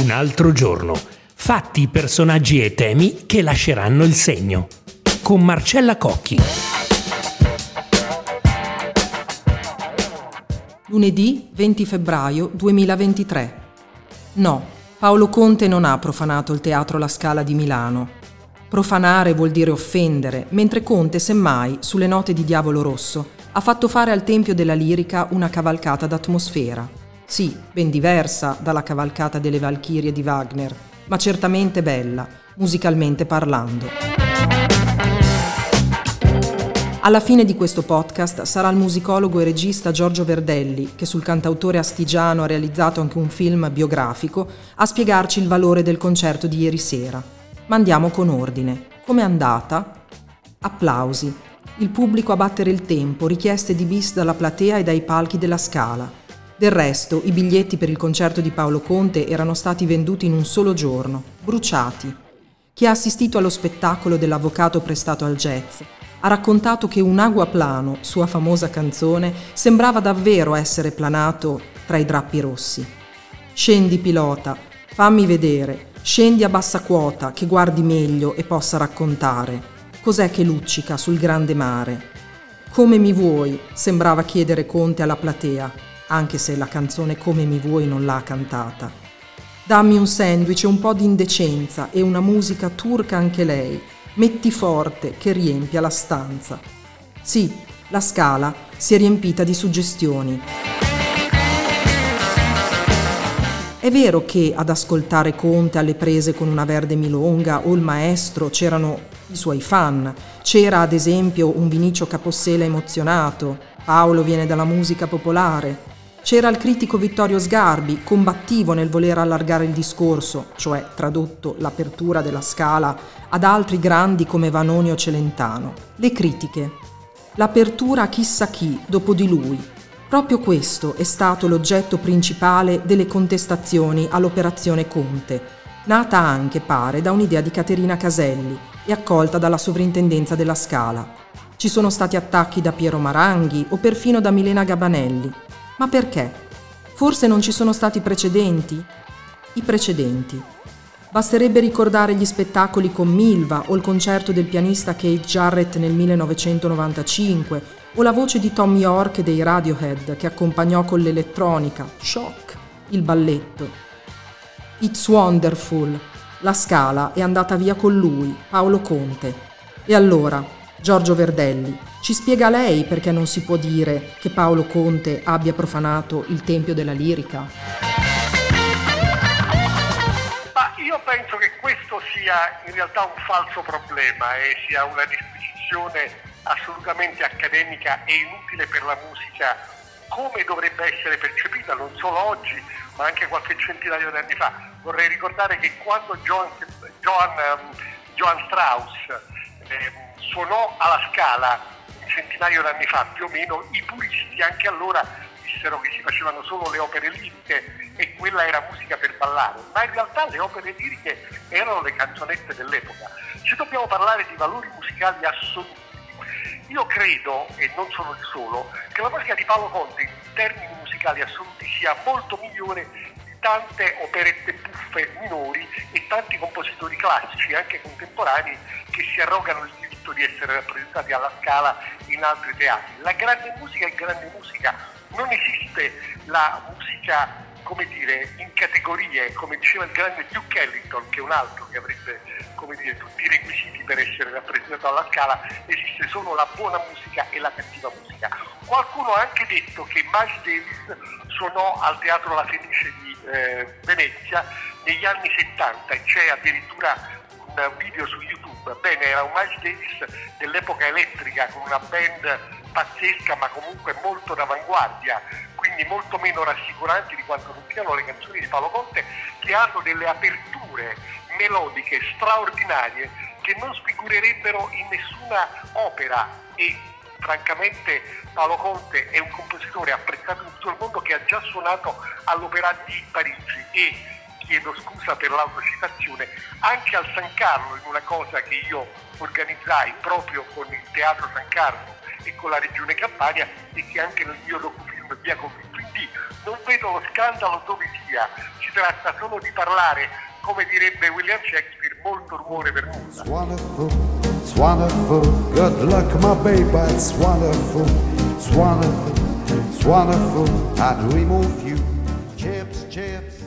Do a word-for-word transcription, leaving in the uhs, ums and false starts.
Un altro giorno. Fatti, personaggi e temi che lasceranno il segno. Con Marcella Cocchi. Lunedì venti febbraio duemilaventitré. No, Paolo Conte non ha profanato il Teatro La Scala di Milano. Profanare vuol dire offendere, mentre Conte, semmai, sulle note di Diavolo Rosso, ha fatto fare al Tempio della Lirica una cavalcata d'atmosfera. Sì, ben diversa dalla cavalcata delle Valchirie di Wagner, ma certamente bella, musicalmente parlando. Alla fine di questo podcast sarà il musicologo e regista Giorgio Verdelli, che sul cantautore astigiano ha realizzato anche un film biografico, a spiegarci il valore del concerto di ieri sera. Ma andiamo con ordine. Com'è andata? Applausi. Il pubblico a battere il tempo, richieste di bis dalla platea e dai palchi della Scala. Del resto, i biglietti per il concerto di Paolo Conte erano stati venduti in un solo giorno, bruciati. Chi ha assistito allo spettacolo dell'avvocato prestato al jazz ha raccontato che un Aguaplano, sua famosa canzone, sembrava davvero essere planato tra i drappi rossi. Scendi pilota, fammi vedere, scendi a bassa quota che guardi meglio e possa raccontare. Cos'è che luccica sul grande mare? Come mi vuoi, sembrava chiedere Conte alla platea, anche se la canzone Come mi vuoi non l'ha cantata. Dammi un sandwich e un po' di indecenza e una musica turca anche lei. Metti forte che riempia la stanza. Sì, la Scala si è riempita di suggestioni. È vero che ad ascoltare Conte alle prese con una Verde Milonga o il maestro c'erano i suoi fan. C'era ad esempio un Vinicio Capossela emozionato, Paolo viene dalla musica popolare. C'era il critico Vittorio Sgarbi, combattivo nel voler allargare il discorso, cioè tradotto l'apertura della Scala, ad altri grandi come Vanoni o Celentano. Le critiche. L'apertura a chissà chi dopo di lui. Proprio questo è stato l'oggetto principale delle contestazioni all'operazione Conte, nata anche, pare, da un'idea di Caterina Caselli e accolta dalla sovrintendenza della Scala. Ci sono stati attacchi da Piero Maranghi o perfino da Milena Gabanelli. Ma perché? Forse non ci sono stati precedenti? I precedenti. Basterebbe ricordare gli spettacoli con Milva o il concerto del pianista Keith Jarrett nel millenovecentonovantacinque o la voce di Tom York dei Radiohead che accompagnò con l'elettronica, shock, il balletto. It's wonderful. La Scala è andata via con lui, Paolo Conte. E allora, Giorgio Verdelli, ci spiega lei perché non si può dire che Paolo Conte abbia profanato il Tempio della Lirica? Ma io penso che questo sia in realtà un falso problema e sia una disquisizione assolutamente accademica e inutile per la musica come dovrebbe essere percepita non solo oggi ma anche qualche centinaio di anni fa. Vorrei ricordare che quando Johann, Johann, Johann Strauss eh, suonò alla Scala un centinaio di anni fa più o meno, i puristi anche allora dissero che si facevano solo le opere liriche e quella era musica per ballare, ma in realtà le opere liriche erano le canzonette dell'epoca. Se dobbiamo parlare di valori musicali assoluti, io credo, e non sono il solo, che la musica di Paolo Conte in termini musicali assoluti sia molto migliore di tante operette buffe minori e tanti compositori classici, anche contemporanei, che si arrogano il diritto di essere rappresentati alla Scala in altri teatri. La grande musica è grande musica, non esiste la musica, come dire, in categorie, come diceva il grande Duke Ellington, che è un altro che avrebbe, come dire, tutti i requisiti per essere rappresentato alla Scala. Esiste solo la buona musica e la cattiva musica. Qualcuno ha anche detto che Miles Davis suonò al Teatro La Fenice di eh, Venezia negli anni settanta e c'è addirittura un video su YouTube. Bene, era un Miles Davis dell'epoca elettrica con una band pazzesca ma comunque molto d'avanguardia, quindi molto meno rassicuranti di quanto non siano le canzoni di Paolo Conte, che hanno delle aperture melodiche straordinarie che non sfigurerebbero in nessuna opera. E francamente Paolo Conte è un compositore apprezzato in tutto il mondo che ha già suonato all'Opéra di Parigi e, chiedo scusa per l'autocitazione, anche al San Carlo, in una cosa che io organizzai proprio con il Teatro San Carlo e con la Regione Campania e che anche nel mio docufilm Via Conflitto in D. Non vedo lo scandalo dove sia, si tratta solo di parlare, come direbbe William Shakespeare, molto rumore per nulla. It's wonderful, it's wonderful, good luck my baby, it's wonderful, it's wonderful, it's wonderful, I'd remove you, chips, chips.